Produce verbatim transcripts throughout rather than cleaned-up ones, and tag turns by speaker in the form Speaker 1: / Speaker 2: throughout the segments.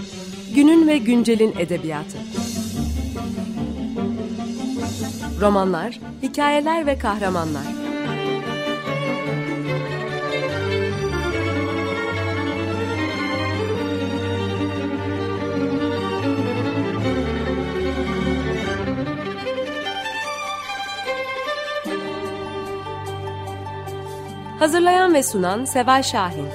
Speaker 1: Günün ve güncelin edebiyatı. Romanlar, hikayeler ve kahramanlar. Hazırlayan ve sunan Seval Şahin.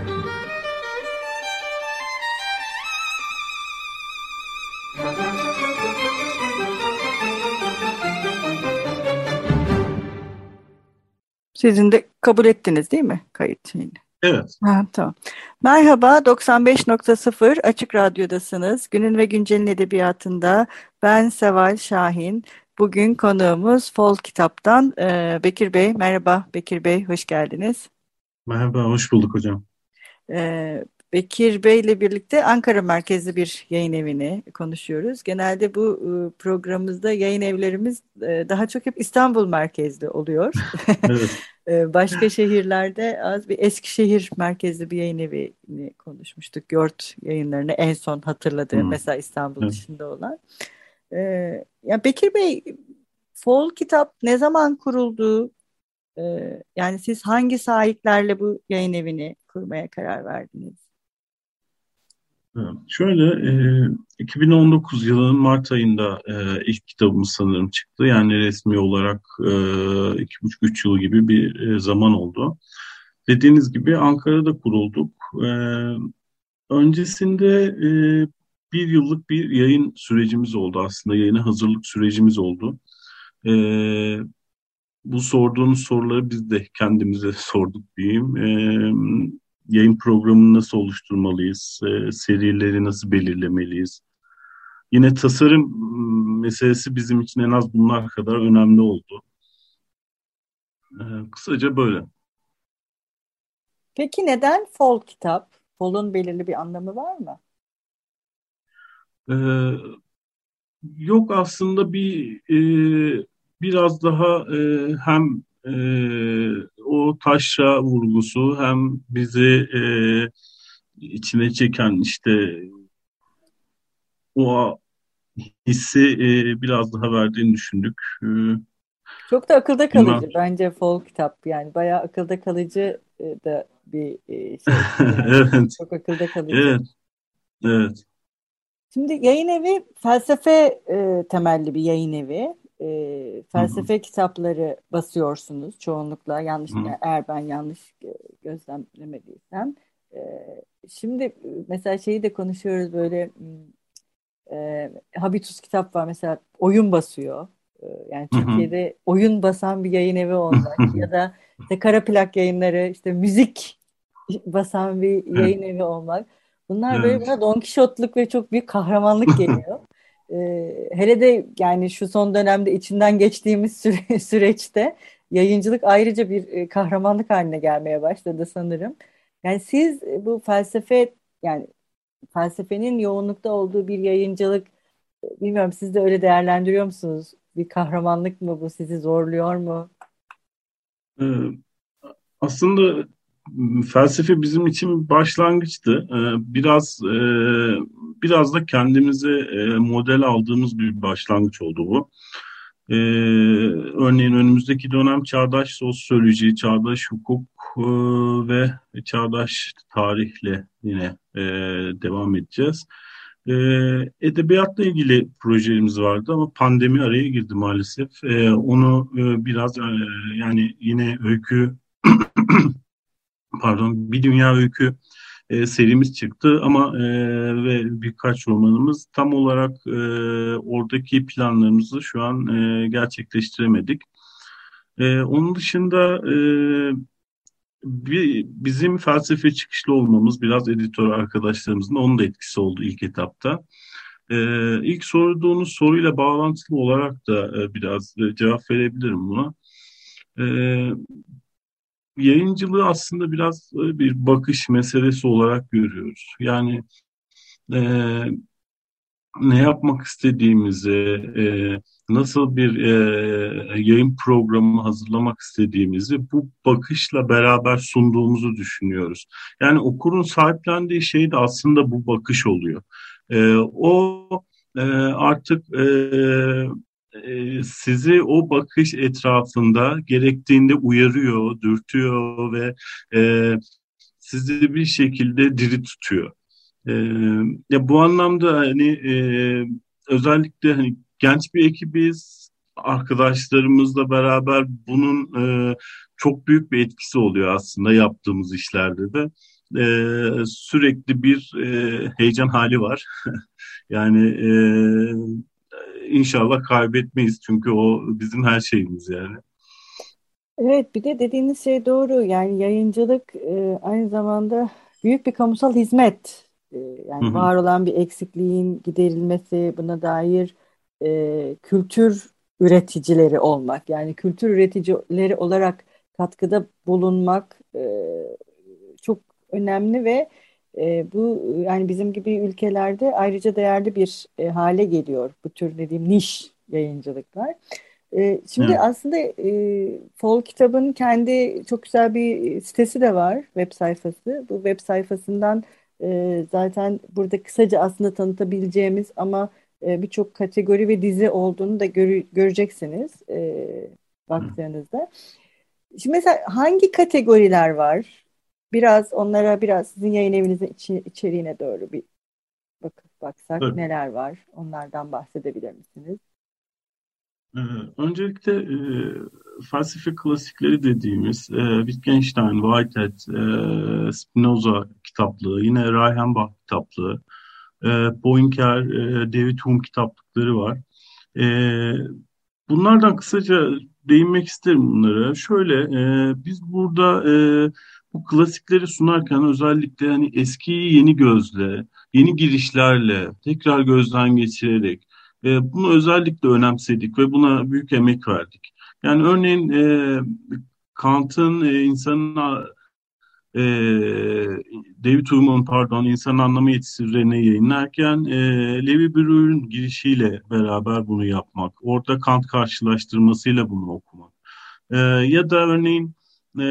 Speaker 2: Sizin de kabul ettiniz değil mi kayıt şeyini?
Speaker 3: Evet.
Speaker 2: Ha, tamam. Merhaba, doksan beş nokta sıfır Açık Radyo'dasınız. Günün ve Güncel'in edebiyatında ben Seval Şahin. Bugün konuğumuz Fol Kitap'tan e, Bekir Bey. Merhaba Bekir Bey, hoş geldiniz.
Speaker 3: Merhaba, hoş bulduk hocam.
Speaker 2: E, Bekir Bey ile birlikte Ankara merkezli bir yayın evini konuşuyoruz. Genelde bu e, programımızda yayın evlerimiz e, daha çok hep İstanbul merkezli oluyor.
Speaker 3: Evet.
Speaker 2: Ee, Başka şehirlerde az bir Eskişehir merkezli bir yayın evini konuşmuştuk. Yort yayınlarını en son hatırladığım
Speaker 3: Hmm.
Speaker 2: mesela İstanbul
Speaker 3: Evet.
Speaker 2: dışında olan. Ee, ya Bekir Bey, Fol Kitap ne zaman kuruldu? Ee, yani siz hangi sahiplerle bu yayın evini kurmaya karar verdiniz?
Speaker 3: Evet. Şöyle, e, iki bin on dokuz yılının Mart ayında e, ilk kitabımız sanırım çıktı. Yani resmi olarak e, iki buçuk üç yıl gibi bir e, zaman oldu. Dediğiniz gibi Ankara'da kurulduk. E, öncesinde e, bir yıllık bir yayın sürecimiz oldu aslında. Yayına hazırlık sürecimiz oldu. E, Bu sorduğunuz soruları biz de kendimize sorduk diyeyim. Ee, yayın programını nasıl oluşturmalıyız? Ee, serileri nasıl belirlemeliyiz? Yine tasarım m, meselesi bizim için en az bunlar kadar önemli oldu. Ee, kısaca böyle.
Speaker 2: Peki neden Fol Kitap? Fol'un belirli bir anlamı var mı?
Speaker 3: Ee, yok aslında bir e, biraz daha e, hem e, o taşra vurgusu hem bizi e, içine çeken işte o hissi e, biraz daha verdiğini düşündük. E,
Speaker 2: Çok da akılda
Speaker 3: bilmem.
Speaker 2: kalıcı bence Fol Kitap, yani bayağı akılda kalıcı e, da bir e, şey, yani
Speaker 3: Evet,
Speaker 2: çok akılda kalıcı.
Speaker 3: evet, evet.
Speaker 2: Şimdi yayın evi felsefe e, temelli bir yayın evi. E,
Speaker 3: Hı hı,
Speaker 2: felsefe kitapları basıyorsunuz çoğunlukla, yanlış
Speaker 3: hı
Speaker 2: yani eğer ben yanlış e, gözlemlemediysem. E, şimdi e, mesela şeyi de konuşuyoruz böyle, e, Habitus kitap var mesela, oyun basıyor. E, yani
Speaker 3: hı, hı.
Speaker 2: Türkiye'de oyun basan bir yayın evi olmak ya da işte Kara Plak Yayınları, işte müzik basan bir
Speaker 3: Evet,
Speaker 2: yayın evi olmak. Bunlar böyle
Speaker 3: evet.
Speaker 2: bana Don Kişotluk ve çok büyük kahramanlık geliyor. E, hele de yani şu son dönemde içinden geçtiğimiz süre- süreçte yayıncılık ayrıca bir e, kahramanlık haline gelmeye başladı sanırım. Yani siz e, bu felsefe, yani felsefenin yoğunlukta olduğu bir yayıncılık, bilmiyorum, siz de öyle değerlendiriyor musunuz? Bir kahramanlık mı bu, sizi zorluyor mu?
Speaker 3: Ee, aslında m, felsefe bizim için bir başlangıçtı. Ee, biraz e, biraz da kendimize e, model aldığımız bir başlangıç oldu bu. Ee, örneğin önümüzdeki dönem çağdaş sosyoloji, çağdaş hukuk e, ve çağdaş tarihle yine e, devam edeceğiz. E, edebiyatla ilgili projelerimiz vardı ama pandemi araya girdi maalesef. E, onu e, biraz e, yani yine öykü pardon bir dünya öykü e, serimiz çıktı ama e, ve birkaç romanımız tam olarak e, oradaki planlarımızı şu an e, gerçekleştiremedik. E, onun dışında e, bir, bizim felsefe çıkışlı olmamız biraz editör arkadaşlarımızın onun da etkisi oldu ilk etapta. E, ilk sorduğunuz soruyla bağlantılı olarak da e, biraz e, cevap verebilirim buna. E, yayıncılığı aslında biraz e, bir bakış meselesi olarak görüyoruz. Yani e, ne yapmak istediğimizi, e, nasıl bir e, yayın programı hazırlamak istediğimizi bu bakışla beraber sunduğumuzu düşünüyoruz. Yani okurun sahiplendiği şey de aslında bu bakış oluyor. E, o e, artık e, e, sizi o bakış etrafında gerektiğinde uyarıyor, dürtüyor ve e, sizi bir şekilde diri tutuyor. Ee, Ya bu anlamda hani e, özellikle hani genç bir ekibiz, arkadaşlarımızla beraber bunun e, çok büyük bir etkisi oluyor aslında yaptığımız işlerde de. Ee, sürekli bir e, heyecan hali var. Yani e, inşallah kaybetmeyiz çünkü o bizim her şeyimiz yani.
Speaker 2: Evet, bir de dediğiniz şey doğru. Yani yayıncılık e, aynı zamanda büyük bir kamusal hizmet. E,
Speaker 3: Hı
Speaker 2: yani
Speaker 3: hı.
Speaker 2: var olan bir eksikliğin giderilmesi, buna dair e, kültür üreticileri olmak. Yani kültür üreticileri olarak katkıda bulunmak e, çok önemli ve e, bu yani bizim gibi ülkelerde ayrıca değerli bir e, hale geliyor. Bu tür dediğim niş yayıncılıklar. E, şimdi
Speaker 3: Evet.
Speaker 2: aslında e, Fol kitabın kendi çok güzel bir sitesi de var, web sayfası. Bu web sayfasından e, zaten burada kısaca aslında tanıtabileceğimiz ama e, birçok kategori ve dizi olduğunu da görü- göreceksiniz e,
Speaker 3: Hı.
Speaker 2: baktığınızda. Şimdi mesela hangi kategoriler var? Biraz onlara biraz sizin yayın evinizin içi- içeriğine doğru bir bakıp baksak
Speaker 3: Tabii.
Speaker 2: neler var? Onlardan bahsedebilir misiniz?
Speaker 3: Ee, Öncelikle e, felsefe klasikleri dediğimiz e, Wittgenstein, Whitehead, e, Spinoza kitaplığı, yine Reichenbach kitaplığı, e, Poincar, e, David Hume kitaplıkları var. E, Bunlardan kısaca değinmek isterim bunlara. Şöyle, e, biz burada e, bu klasikleri sunarken özellikle hani eskiyi yeni gözle, yeni girişlerle tekrar gözden geçirerek e, bunu özellikle önemsedik ve buna büyük emek verdik. Yani örneğin e, Kant'ın e, insanın e, David Hume'un pardon insan anlamı yetisilerini yayınlarken e, Levi Breuer'in girişiyle beraber bunu yapmak, orada Kant karşılaştırmasıyla bunu okumak. E, ya da örneğin e,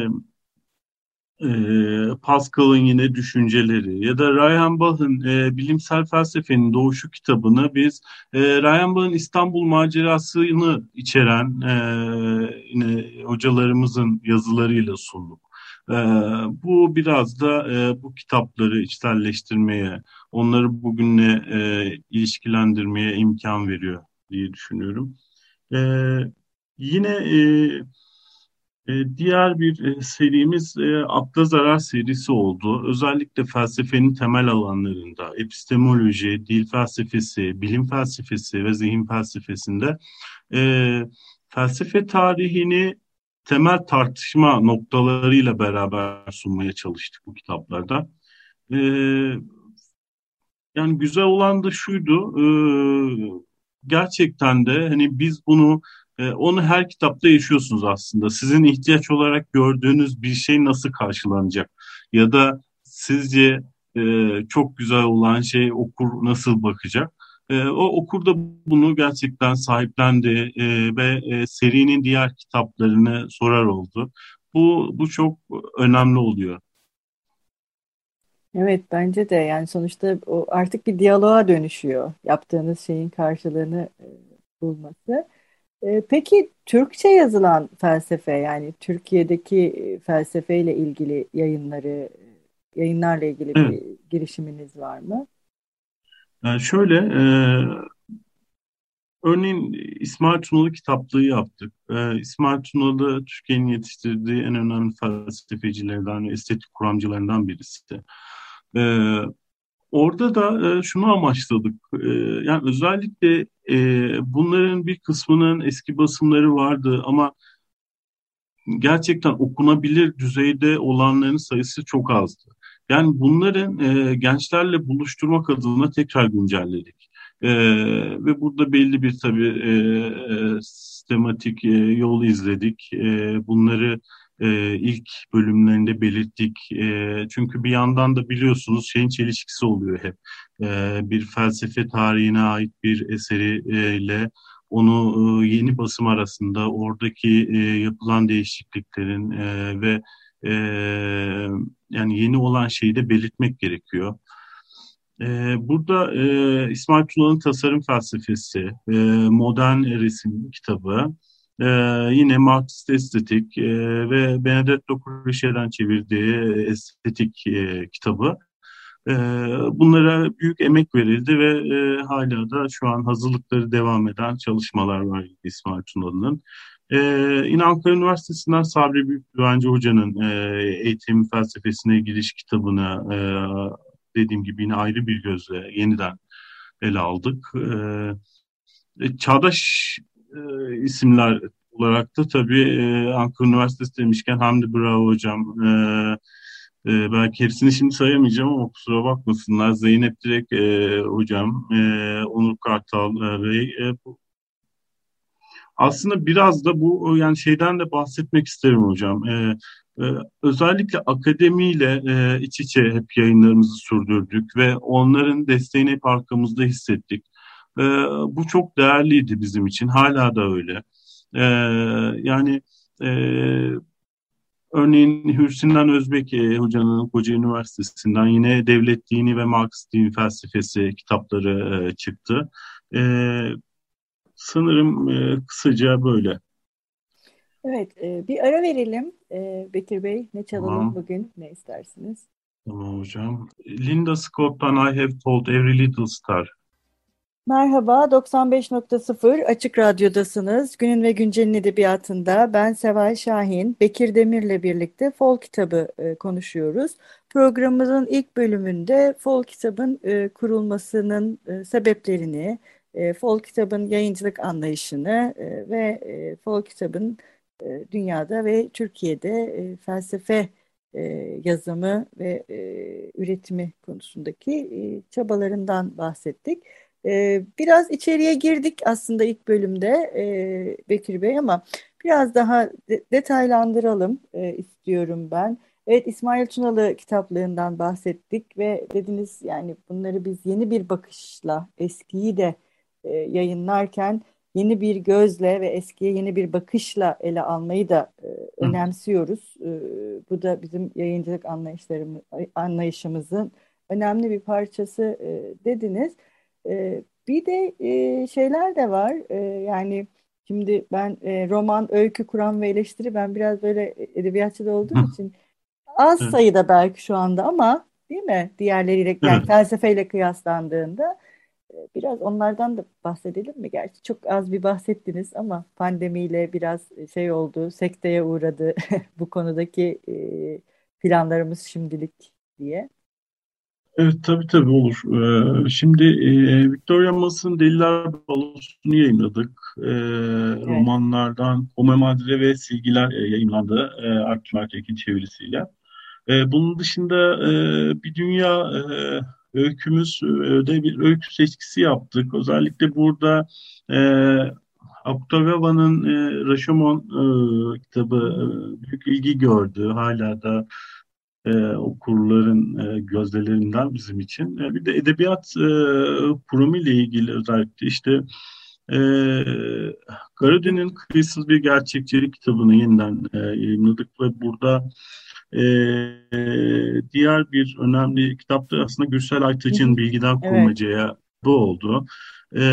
Speaker 3: e, Pascal'ın yine düşünceleri ya da Reichenbach'ın e, bilimsel felsefenin doğuşu kitabını biz e, Reichenbach'ın İstanbul macerasını içeren e, yine hocalarımızın yazılarıyla sunduk. E, Bu biraz da e, bu kitapları içselleştirmeye, onları bugünle e, ilişkilendirmeye imkan veriyor diye düşünüyorum. E, Yine e, e, diğer bir e, serimiz e, Akla Zarar serisi oldu. Özellikle felsefenin temel alanlarında, epistemoloji, dil felsefesi, bilim felsefesi ve zihin felsefesinde e, felsefe tarihini temel tartışma noktalarıyla beraber sunmaya çalıştık bu kitaplarda. E, Yani güzel olan da şuydu, e, gerçekten de hani biz bunu, e, onu her kitapta yaşıyorsunuz aslında. Sizin ihtiyaç olarak gördüğünüz bir şey nasıl karşılanacak? Ya da sizce e, çok güzel olan şey okur nasıl bakacak? E, o okur da bunu gerçekten sahiplendi e, ve e, serinin diğer kitaplarını sorar oldu. Bu, bu çok önemli oluyor.
Speaker 2: Evet, bence de yani sonuçta o artık bir diyaloğa dönüşüyor yaptığınız şeyin karşılığını e, bulması. E, peki Türkçe yazılan felsefe yani Türkiye'deki e, felsefeyle ilgili yayınları e, yayınlarla ilgili
Speaker 3: Evet.
Speaker 2: bir girişiminiz var mı?
Speaker 3: Yani şöyle, e, örneğin İsmail Tunalı kitaplığı yaptık. Ee, İsmail Tunalı Türkiye'nin yetiştirdiği en önemli felsefecilerden ve estetik kuramcılarından birisi. Ee, Orada da e, şunu amaçladık. Ee, yani özellikle e, bunların bir kısmının eski basımları vardı ama gerçekten okunabilir düzeyde olanların sayısı çok azdı. Yani bunların e, gençlerle buluşturmak adına tekrar güncelledik. E, Ve burada belli bir tabii e, e, sistematik e, yol izledik. E, bunları e, ilk bölümlerinde belirttik. E, çünkü bir yandan da biliyorsunuz şeyin çelişkisi oluyor hep. E, bir felsefe tarihine ait bir eseriyle onu e, yeni basım arasında oradaki e, yapılan değişikliklerin e, ve e, yani yeni olan şeyi de belirtmek gerekiyor. Ee, burada e, İsmail Tuna'nın Tasarım Felsefesi, e, Modern Resim kitabı, e, yine Marksist Estetik e, ve Benedetto Croce'den çevirdiği Estetik e, kitabı. E, Bunlara büyük emek verildi ve e, hala da şu an hazırlıkları devam eden çalışmalar var İsmail Tunalı'nın. E, yine Ankara Üniversitesi'nden Sabri Büyükgüvenci Hoca'nın e, eğitim felsefesine giriş kitabını e, dediğim gibi yine ayrı bir gözle yeniden ele aldık. E, çağdaş e, isimler olarak da tabii e, Ankara Üniversitesi demişken Hamdi Bravo Hocam, e, e, belki hepsini şimdi sayamayacağım ama kusura bakmasınlar. Zeynep Direk e, Hocam, e, Onur Kartal e, Bey, e, bu, aslında biraz da bu yani şeyden de bahsetmek isterim hocam. E, e, özellikle akademiyle e, iç içe hep yayınlarımızı sürdürdük ve onların desteğini hep arkamızda hissettik. E, Bu çok değerliydi bizim için. Hala da öyle. E, Yani e, örneğin Hürsinan Özbek e, hocanın Koca Üniversitesi'nden yine Devlet Dini ve Marksist Din Felsefesi kitapları e, çıktı. E, Sanırım e, kısaca böyle.
Speaker 2: Evet, e, bir ara verelim. E, Bekir Bey, ne çalalım
Speaker 3: Tamam.
Speaker 2: bugün? Ne istersiniz?
Speaker 3: Tamam hocam. Linda Scott'tan I Have Told Every Little Star.
Speaker 2: Merhaba, doksan beş nokta sıfır Açık Radyo'dasınız. Günün ve Güncel'in edebiyatında ben Seval Şahin, Bekir Demir'le birlikte Fol kitabı e, konuşuyoruz. Programımızın ilk bölümünde Fol kitabın e, kurulmasının e, sebeplerini, e, Fol kitabın yayıncılık anlayışını e, ve e, Fol kitabın e, dünyada ve Türkiye'de e, felsefe e, yazımı ve e, üretimi konusundaki e, çabalarından bahsettik. Ee, biraz içeriye girdik aslında ilk bölümde e, Bekir Bey ama biraz daha de- detaylandıralım e, istiyorum ben. Evet, İsmail Tunalı kitaplığından bahsettik ve dediniz yani bunları biz yeni bir bakışla eskiyi de e, yayınlarken yeni bir gözle ve eskiye yeni bir bakışla ele almayı da e,
Speaker 3: Hı.
Speaker 2: önemsiyoruz. E, bu da bizim yayıncılık anlayışlarımız, anlayışımızın önemli bir parçası e, dediniz. E, bir de e, şeyler de var. E, yani şimdi ben e, roman, öykü, kuram ve eleştiri ben biraz böyle edebiyatçı da olduğum için az
Speaker 3: Evet,
Speaker 2: sayıda belki şu anda ama değil mi? Diğerleriyle yani
Speaker 3: evet.
Speaker 2: felsefeyle kıyaslandığında e, biraz onlardan da bahsedelim mi? Gerçi çok az bir bahsettiniz ama pandemiyle biraz şey oldu, sekteye uğradı bu konudaki e, planlarımız şimdilik diye.
Speaker 3: Evet, tabii tabii olur. Ee, şimdi e, Victoria Moss'un Deliler Balosu'nu yayınladık. Ee,
Speaker 2: Evet.
Speaker 3: Romanlardan Kome Madre ve Silgiler e, yayınlandı. E, Artur Ertek'in çevirisiyle. E, bunun dışında e, bir dünya e, öykümüz e, de bir öykü seçkisi yaptık. Özellikle burada e, Octavio'nun e, Rashomon e, kitabı
Speaker 2: Hı hı.
Speaker 3: e, büyük ilgi gördü. Hala da e, okurların e, gözdelerinden bizim için. E, bir de edebiyat e, kurumu ile ilgili özellikle işte e, Garudi'nin Kıyısız Bir Gerçekçilik kitabını yeniden e, yayınladık ve burada e, diğer bir önemli kitap da aslında Gürsel
Speaker 2: Hı hı.
Speaker 3: Aytaç'ın Bilgiden
Speaker 2: Evet.
Speaker 3: Kurmacaya bu oldu. E,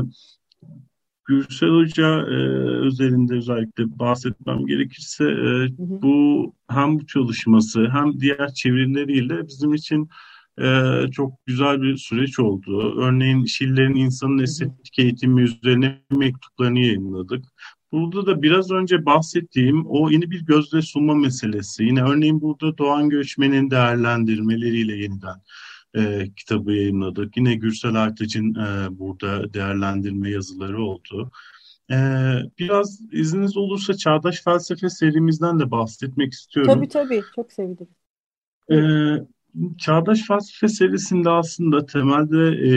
Speaker 3: Gürsel Hoca e, özelinde özellikle bahsetmem gerekirse e,
Speaker 2: Hı hı.
Speaker 3: bu hem bu çalışması hem diğer çevirileriyle bizim için e, çok güzel bir süreç oldu. Örneğin Schiller'in İnsanın
Speaker 2: Hı hı.
Speaker 3: Estetik Eğitimi üzerine mektuplarını yayınladık. Burada da biraz önce bahsettiğim o yeni bir gözle sunma meselesi. Yine örneğin burada Doğan Göçmen'in değerlendirmeleriyle yeniden e, kitabı yayınladık. Yine Gürsel Aytaç'ın e, burada değerlendirme yazıları oldu. E, Biraz izniniz olursa Çağdaş Felsefe serimizden de bahsetmek
Speaker 2: Tabii
Speaker 3: istiyorum.
Speaker 2: tabii çok sevinirim.
Speaker 3: E,
Speaker 2: Buyurun.
Speaker 3: Çağdaş Felsefe serisinde aslında temelde e,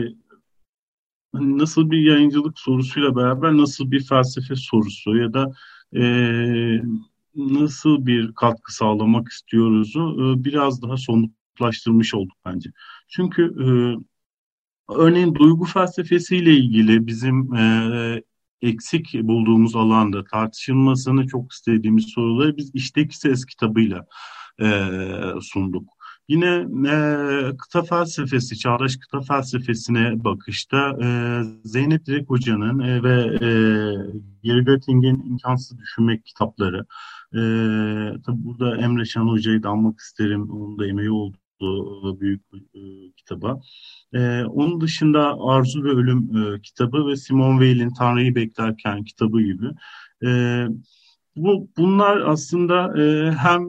Speaker 3: hani nasıl bir yayıncılık sorusuyla beraber nasıl bir felsefe sorusu ya da e, nasıl bir katkı sağlamak istiyoruzu e, biraz daha somutlaştırmış olduk bence. Çünkü e, örneğin duygu felsefesiyle ilgili bizim e, eksik bulduğumuz alanda tartışılmasını çok istediğimiz soruları biz İşteki Ses kitabıyla e, sunduk. Yine e, kıta felsefesi, çağdaş kıta felsefesine bakışta e, Zeynep Direk Hoca'nın e, ve e, Gary Götting'in İmkansız Düşünmek kitapları. E, tabii burada Emre Şan Hoca'yı da anmak isterim. Onun da emeği oldu büyük e, kitaba. Ee, onun dışında Arzu ve Ölüm e, kitabı ve Simone Weil'in Tanrı'yı Beklerken kitabı gibi. Ee, bu bunlar aslında e, hem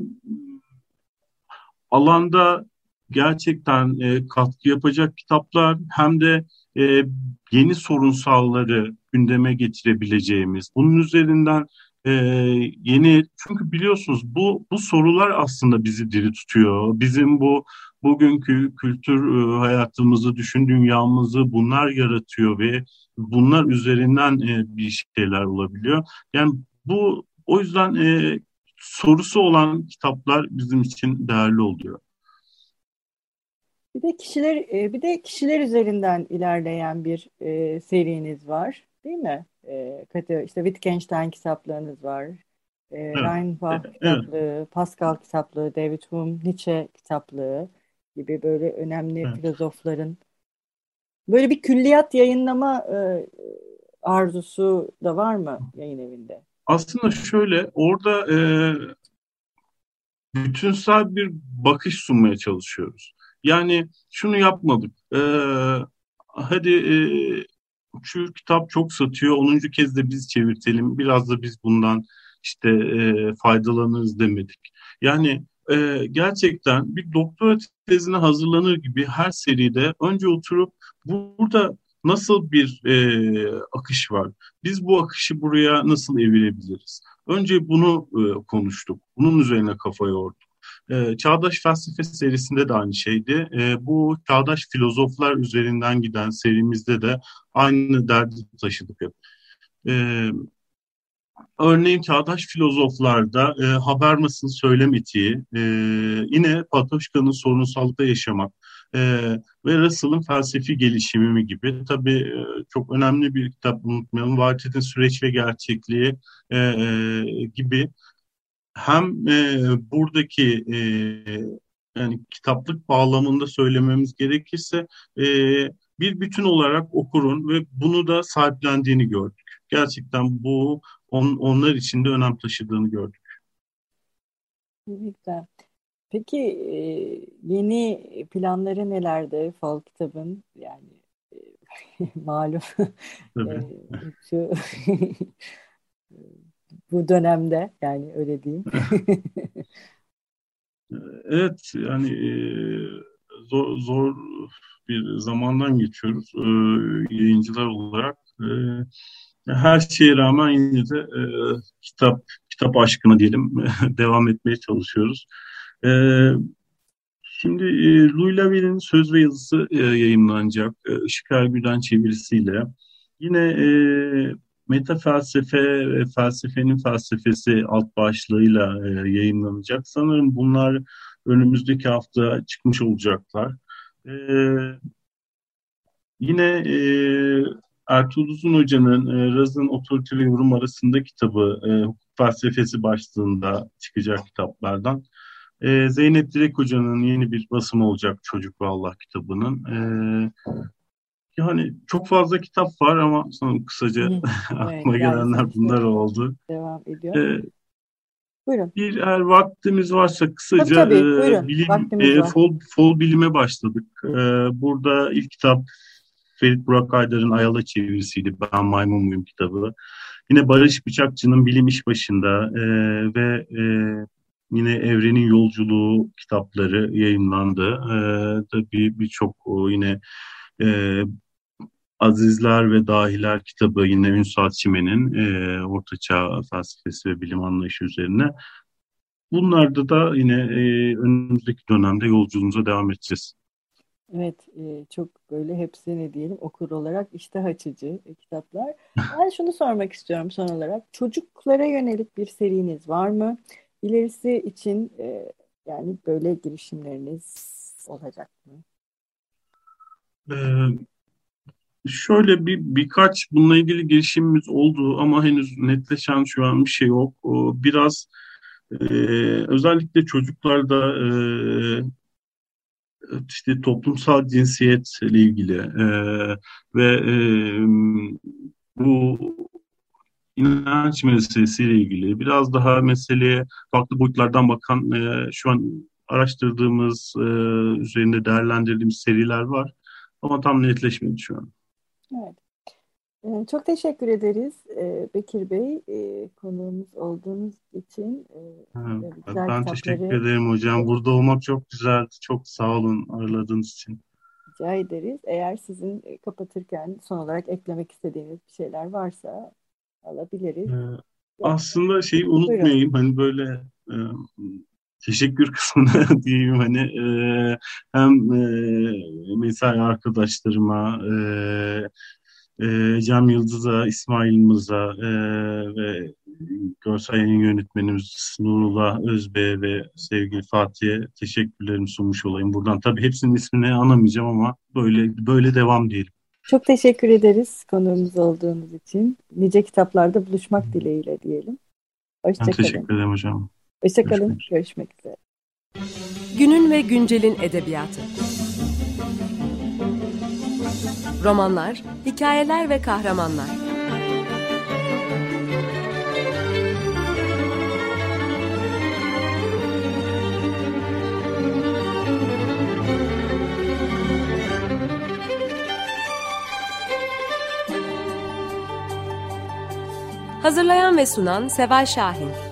Speaker 3: alanda gerçekten e, katkı yapacak kitaplar hem de e, yeni sorunsalları gündeme getirebileceğimiz, bunun üzerinden e, yeni, çünkü biliyorsunuz bu bu sorular aslında bizi diri tutuyor. Bizim bu bugünkü kültür e, hayatımızı, düşün dünyamızı bunlar yaratıyor ve bunlar üzerinden e, bir şeyler olabiliyor. Yani bu o yüzden e, sorusu olan kitaplar bizim için değerli oluyor.
Speaker 2: Bir de kişiler e, bir de kişiler üzerinden ilerleyen bir e, seriniz var, değil mi? E, kate- işte Wittgenstein kitaplarınız var. E,
Speaker 3: Evet, e,
Speaker 2: Reinbach
Speaker 3: evet,
Speaker 2: kitaplığı, Pascal kitaplığı, David Hume, Nietzsche kitaplığı gibi böyle önemli
Speaker 3: evet.
Speaker 2: filozofların böyle bir külliyat yayınlama e, arzusu da var mı yayın evinde?
Speaker 3: Aslında şöyle, orada e, bütünsel bir bakış sunmaya çalışıyoruz. Yani şunu yapmadık. E, hadi e, şu kitap çok satıyor, onuncu kez de biz çevirtelim, biraz da biz bundan işte e, faydalanırız demedik. Yani e, gerçekten bir doktora tezine hazırlanır gibi her seride önce oturup burada nasıl bir e, akış var? Biz bu akışı buraya nasıl evirebiliriz? Önce bunu e, konuştuk. Bunun üzerine kafa yorduk. E, Çağdaş Felsefe serisinde de aynı şeydi. E, bu çağdaş filozoflar üzerinden giden serimizde de aynı derdi taşıdık hep. E, Örneğin çağdaş filozoflarda e, Habermas'ın söylem etiği, e, yine Patočka'nın sorunsallıkta yaşamak e, ve Russell'ın felsefi gelişimi gibi tabii e, çok önemli bir kitap, unutmayalım. Vahdet'in Süreç ve Gerçekliği e, e, gibi hem e, buradaki e, yani kitaplık bağlamında söylememiz gerekirse e, bir bütün olarak okurun ve bunu da sahiplendiğini gördük. Gerçekten bu on, onlar için de önem taşıdığını gördük.
Speaker 2: Güzel. Peki e, yeni planları nelerde Fal kitabın? Yani e, malum e,
Speaker 3: Tabii.
Speaker 2: şu bu dönemde yani öyle diyeyim.
Speaker 3: Evet, yani e, zor, zor bir zamandan geçiyoruz e, yayıncılar olarak. E, her şeye rağmen yine de e, kitap kitap aşkına diyelim devam etmeye çalışıyoruz. E, Şimdi e, Louis Lavelle'in söz ve yazısı e, yayımlanacak. E, Işık Ergüden çevirisiyle. Yine e, meta felsefe ve felsefenin felsefesi alt başlığıyla e, yayımlanacak. Sanırım bunlar önümüzdeki hafta çıkmış olacaklar. E, Yine e, Ertuğrul Uzun Hoca'nın e, Razın Otorite ve Yorum arasında kitabı e, hukuk felsefesi başlığında çıkacak kitaplardan. E, Zeynep Direk Hoca'nın yeni bir basımı olacak Çocuk ve Allah kitabının. E, yani çok fazla kitap var ama sana
Speaker 2: Hı
Speaker 3: kısaca
Speaker 2: hı. Evet,
Speaker 3: aklıma
Speaker 2: yani
Speaker 3: gelenler
Speaker 2: sonuçta
Speaker 3: bunlar oldu.
Speaker 2: devam ediyor.
Speaker 3: E,
Speaker 2: Buyurun.
Speaker 3: Bir eğer vaktimiz varsa
Speaker 2: Tabii
Speaker 3: kısaca
Speaker 2: tabii,
Speaker 3: e,
Speaker 2: buyurun.
Speaker 3: bilim
Speaker 2: Vaktimiz
Speaker 3: e,
Speaker 2: var.
Speaker 3: fol, fol bilime başladık. E, burada ilk kitap Ferit Burak Aydar'ın Ayala çevirisiydi. Ben Maymun Muyum kitabı. Yine Barış Bıçakçı'nın Bilim İş Başında e, ve e, yine Evrenin Yolculuğu kitapları yayınlandı. E, tabii birçok o yine e, Azizler ve Dahiler kitabı yine Ünsal Çimen'in e, Ortaçağ felsefesi ve bilim anlayışı üzerine. Bunlarda da yine e, önümüzdeki dönemde yolculuğumuza devam edeceğiz.
Speaker 2: Evet, e, çok böyle hepsi ne diyelim okur olarak iştah açıcı e, kitaplar. Ben şunu sormak istiyorum son olarak. Çocuklara yönelik bir seriniz var mı? İlerisi için e, yani böyle girişimleriniz olacak mı?
Speaker 3: Ee, Şöyle bir birkaç bununla ilgili girişimimiz oldu ama henüz netleşen şu an bir şey yok. O biraz e, özellikle çocuklarda e, işte toplumsal cinsiyetle ilgili e, ve e, bu inanç meselesiyle ilgili biraz daha meseleye farklı boyutlardan bakan e, şu an araştırdığımız, e, üzerinde değerlendirdiğimiz seriler var. Ama tam netleşmedi şu an.
Speaker 2: Evet. E, çok teşekkür ederiz e, Bekir Bey, e, konuğumuz olduğunuz için e,
Speaker 3: Evet,
Speaker 2: böyle güzel
Speaker 3: ben teşekkür
Speaker 2: kitapları
Speaker 3: ederim hocam. Burada olmak çok güzeldi. Çok sağ olun ağırladığınız için.
Speaker 2: rica ederiz. Eğer sizin e, kapatırken son olarak eklemek istediğiniz bir şeyler varsa alabiliriz.
Speaker 3: Ee,
Speaker 2: Yok.
Speaker 3: Aslında şeyi
Speaker 2: Buyurun.
Speaker 3: unutmayayım. Hani böyle e, teşekkür kısmına diyeyim hani e, hem e, mesai arkadaşlarıma, e, e, Cem Yıldız'a, İsmail Mız'a e, ve görsel yayın yönetmenimiz Nurullah Özbey'e ve sevgili Fatih'e teşekkürlerimi sunmuş olayım. Buradan tabii hepsinin ismini anamayacağım ama böyle böyle devam diyelim.
Speaker 2: Çok teşekkür ederiz konuğumuz olduğunuz için. Nice kitaplarda buluşmak dileğiyle diyelim.
Speaker 3: Ben
Speaker 2: Hoşça kalın.
Speaker 3: teşekkür ederim hocam.
Speaker 2: Hoşça
Speaker 3: Görüşmek
Speaker 2: kalın.
Speaker 3: üzere.
Speaker 2: Görüşmek üzere.
Speaker 1: Günün ve güncelin edebiyatı. Romanlar, hikayeler ve kahramanlar. Hazırlayan ve sunan Seval Şahin.